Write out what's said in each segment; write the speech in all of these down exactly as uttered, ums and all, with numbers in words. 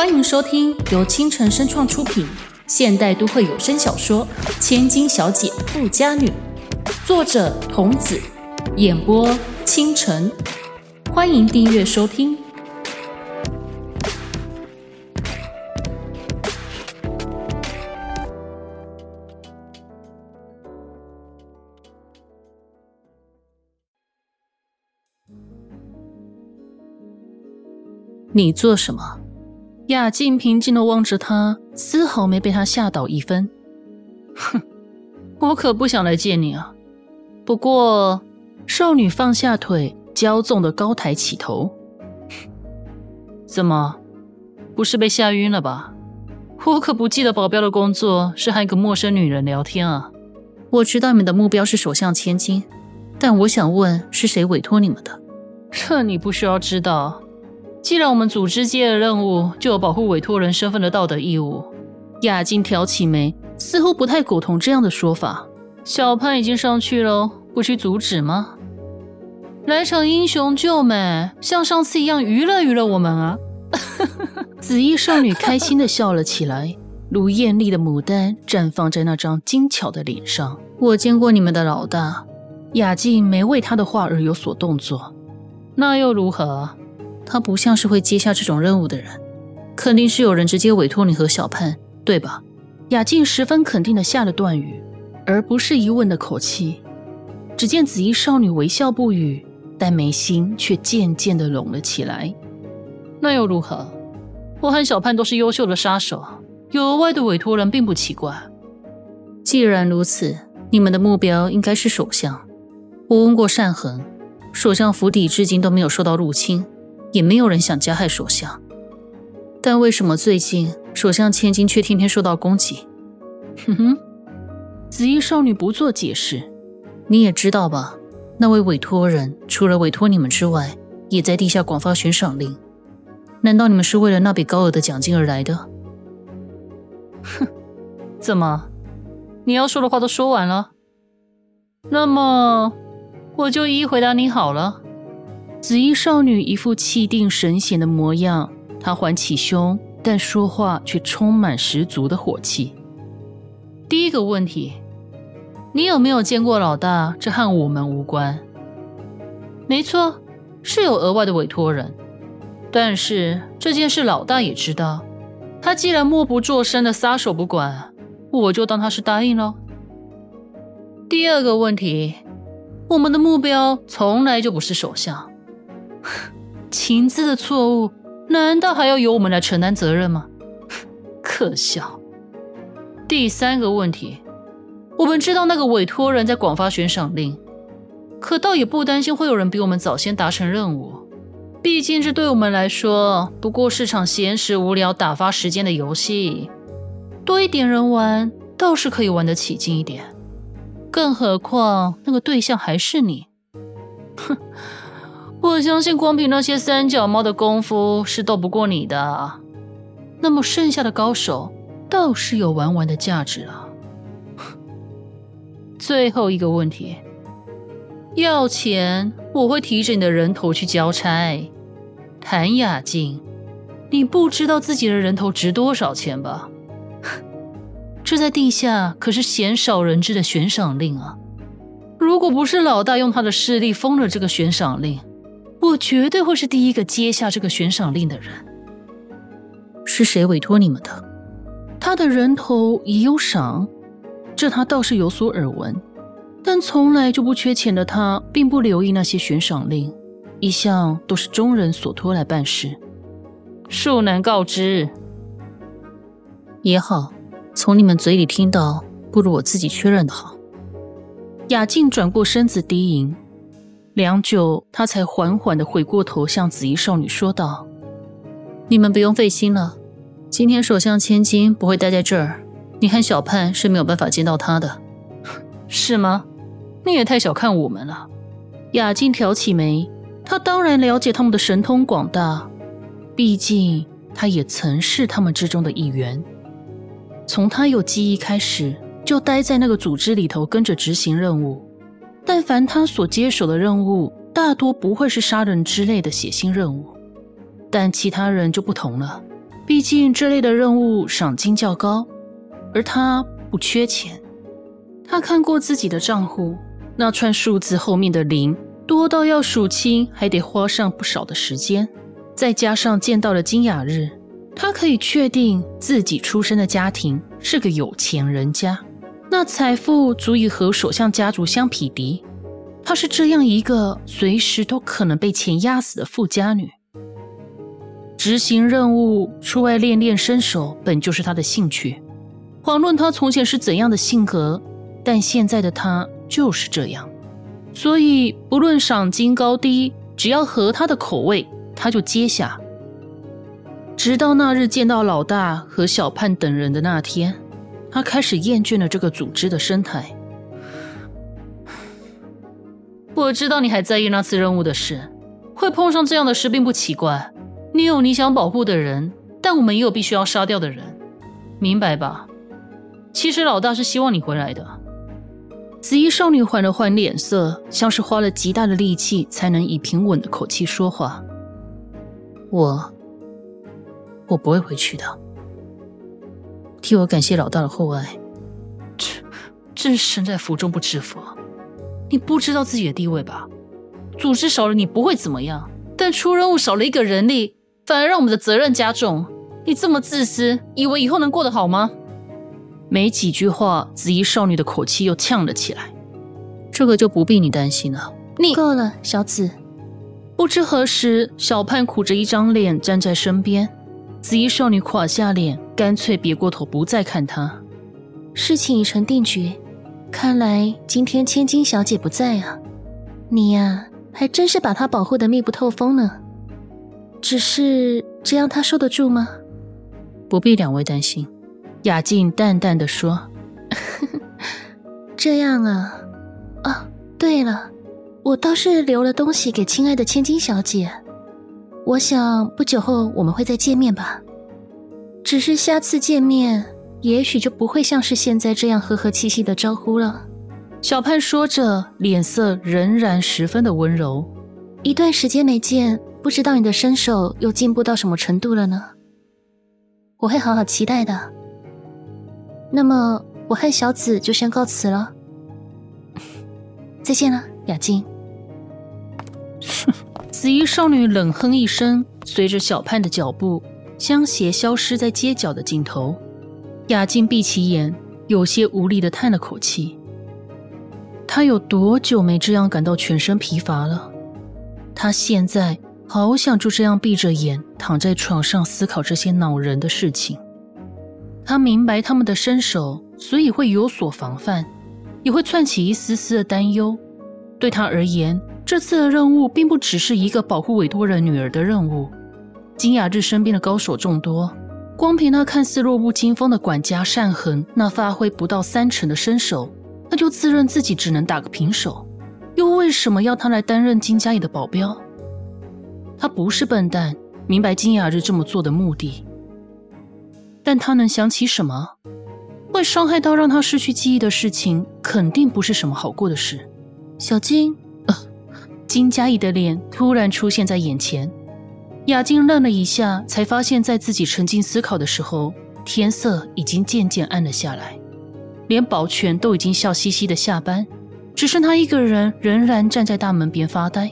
欢迎收听由青城声创出品现代都会有声小说《千金小姐富家女》，作者童子，演播青城。欢迎订阅收听。你做什么？雅静平静地望着他，丝毫没被他吓倒一分。哼，我可不想来见你啊。不过，少女放下腿，骄纵地高抬起头。怎么，不是被吓晕了吧？我可不记得保镖的工作是和一个陌生女人聊天啊。我知道你们的目标是首相千金，但我想问是谁委托你们的？这你不需要知道。既然我们组织接了任务，就有保护委托人身份的道德义务。雅静挑起眉，似乎不太苟同这样的说法。小潘已经上去了，不去阻止吗？来场英雄救美，像上次一样娱乐娱乐我们啊！紫衣少女开心地笑了起来，如艳丽的牡丹绽放在那张精巧的脸上。我见过你们的老大。雅静没为他的话而有所动作。那又如何？他不像是会接下这种任务的人，肯定是有人直接委托你和小潘，对吧？雅静十分肯定地下了断语，而不是疑问的口气。只见紫衣少女微笑不语，但眉心却渐渐地拢了起来。那又如何？我和小潘都是优秀的杀手，有额外的委托人并不奇怪。既然如此，你们的目标应该是首相。我问过单恒，首相府邸至今都没有受到入侵，也没有人想加害首相，但为什么最近首相千金却天天受到攻击？哼哼，紫衣少女不做解释。你也知道吧，那位委托人除了委托你们之外，也在地下广发悬赏令。难道你们是为了那笔高额的奖金而来的？哼，怎么，你要说的话都说完了？那么我就一一回答你好了。紫衣少女一副气定神闲的模样，她环起胸，但说话却充满十足的火气。第一个问题，你有没有见过老大？这和我们无关。没错，是有额外的委托人，但是这件事老大也知道。他既然默不作声的撒手不管，我就当他是答应了。第二个问题，我们的目标从来就不是首相。情资的错误难道还要由我们来承担责任吗？可笑。第三个问题，我们知道那个委托人在广发悬赏令，可倒也不担心会有人比我们早先达成任务，毕竟这对我们来说不过是场闲时无聊打发时间的游戏，多一点人玩倒是可以玩得起劲一点，更何况那个对象还是你。哼，我相信光凭那些三脚猫的功夫是斗不过你的，那么剩下的高手倒是有玩玩的价值了。最后一个问题，要钱我会提着你的人头去交差。谭雅静，你不知道自己的人头值多少钱吧？这在地下可是鲜少人知的悬赏令啊！如果不是老大用他的势力封了这个悬赏令，我绝对会是第一个接下这个悬赏令的人。是谁委托你们的？他的人头也有赏，这他倒是有所耳闻，但从来就不缺钱的他并不留意那些悬赏令，一向都是中人所托来办事。恕难告知。也好，从你们嘴里听到不如我自己确认的好。雅静转过身子低吟，良久，他才缓缓地回过头向紫衣少女说道：你们不用费心了，今天首相千金不会待在这儿，你和小潘是没有办法见到他的。是吗？你也太小看我们了。雅静挑起眉，她当然了解他们的神通广大，毕竟她也曾是他们之中的一员。从她有记忆开始，就待在那个组织里头跟着执行任务，但凡他所接手的任务大多不会是杀人之类的血腥任务，但其他人就不同了， 毕竟这类的任务赏金较高，而他不缺钱。他看过自己的账户，那串数字后面的零多到要数清还得花上不少的时间，再加上见到了金雅日，他可以确定自己出生的家庭是个有钱人家，那财富足以和首相家族相匹敌。她是这样一个随时都可能被钱压死的富家女。执行任务出外练练身手本就是她的兴趣，遑论她从前是怎样的性格，但现在的她就是这样。所以不论赏金高低，只要合她的口味，她就接下。直到那日见到老大和小盼等人的那天，她开始厌倦了这个组织的生态。我知道你还在意那次任务的事，会碰上这样的事并不奇怪。你有你想保护的人，但我们也有必须要杀掉的人，明白吧？其实老大是希望你回来的。紫衣少女缓了缓脸色，像是花了极大的力气才能以平稳的口气说话。我我不会回去的。替我感谢老大的厚爱。这真是身在福中不知福。你不知道自己的地位吧？组织少了你不会怎么样，但出任务少了一个人力，反而让我们的责任加重。你这么自私，以为以后能过得好吗？没几句话，紫衣少女的口气又呛了起来。这个就不必你担心了。你够了，小紫。 不知何时，小盼苦着一张脸站在身边，紫衣少女垮下脸，干脆别过头不再看她。 事情已成定局，看来今天千金小姐不在啊，你呀、啊，还真是把她保护得密不透风呢。只是这样她受得住吗？ 不必两位担心，雅静淡淡地说。 这样啊，啊，对了，我倒是留了东西给亲爱的千金小姐，我想不久后我们会再见面吧。只是下次见面也许就不会像是现在这样和和气气的招呼了。 小盼说着，脸色仍然十分的温柔。 一段时间没见，不知道你的身手又进步到什么程度了呢？我会好好期待的。那么我和小紫就先告辞了。再见了，雅静。 紫衣少女冷哼一声，随着小盼的脚步相携消失在街角的尽头。雅静闭起眼，有些无力地叹了口气。她有多久没这样感到全身疲乏了？她现在好想就这样闭着眼躺在床上思考这些恼人的事情。她明白他们的身手，所以会有所防范，也会窜起一丝丝的担忧。对她而言，这次的任务并不只是一个保护委托人女儿的任务。金雅日身边的高手众多，光凭那看似弱不禁风的管家单恒那发挥不到三成的身手，他就自认自己只能打个平手，又为什么要他来担任金家义的保镖？他不是笨蛋，明白金雅日这么做的目的，但他能想起什么？会伤害到让他失去记忆的事情，肯定不是什么好过的事。 小金， 呃，金家义的脸突然出现在眼前。雅静愣了一下，才发现在自己沉浸思考的时候，天色已经渐渐暗了下来，连保全都已经笑嘻嘻的下班，只剩他一个人仍然站在大门边发呆。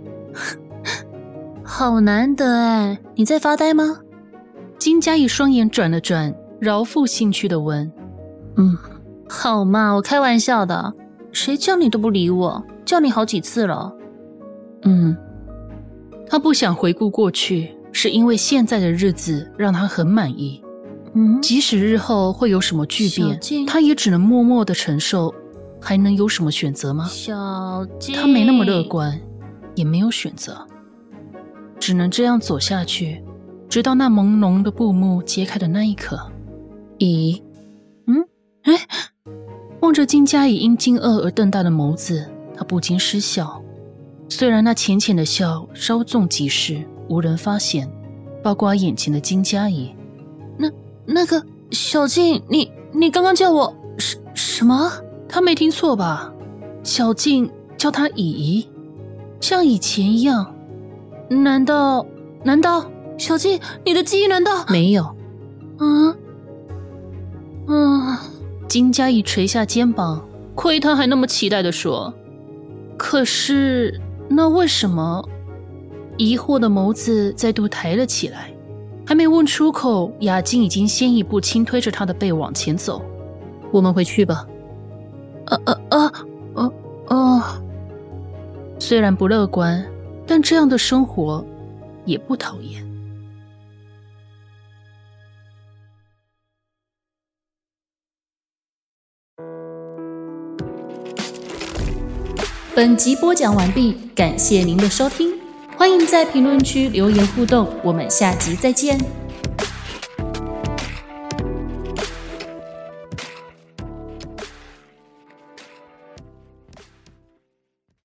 好难得哎，你在发呆吗？ 金嘉义双眼转了转，饶富兴趣地问。 嗯，好嘛，我开玩笑的，谁叫你都不理我，叫你好几次了。 嗯，他不想回顾过去，是因为现在的日子让他很满意。 嗯， 即使日后会有什么巨变，他也只能默默地承受，还能有什么选择吗？ 小静， 他没那么乐观，也没有选择，只能这样走下去，直到那朦胧的布幕揭开的那一刻。咦，嗯，哎，望着金嘉怡因惊愕而瞪大的眸子，他不禁失笑。虽然那浅浅的笑稍纵即逝，无人发现，包括眼前的金嘉怡。 那那个小静，你你刚刚叫我什什么？ 他没听错吧？小静叫他姨姨，像以前一样。难道难道小静，你的记忆难道没有？ 嗯嗯， 金佳怡垂下肩膀，亏他还那么期待地说：“可是，那为什么？”疑惑的眸子再度抬了起来，还没问出口，雅静已经先一步轻推着他的背往前走。我们回去吧。 啊啊啊啊啊！ 虽然不乐观，但这样的生活也不讨厌。本集播讲完毕，感谢您的收听，欢迎在评论区留言互动，我们下集再见。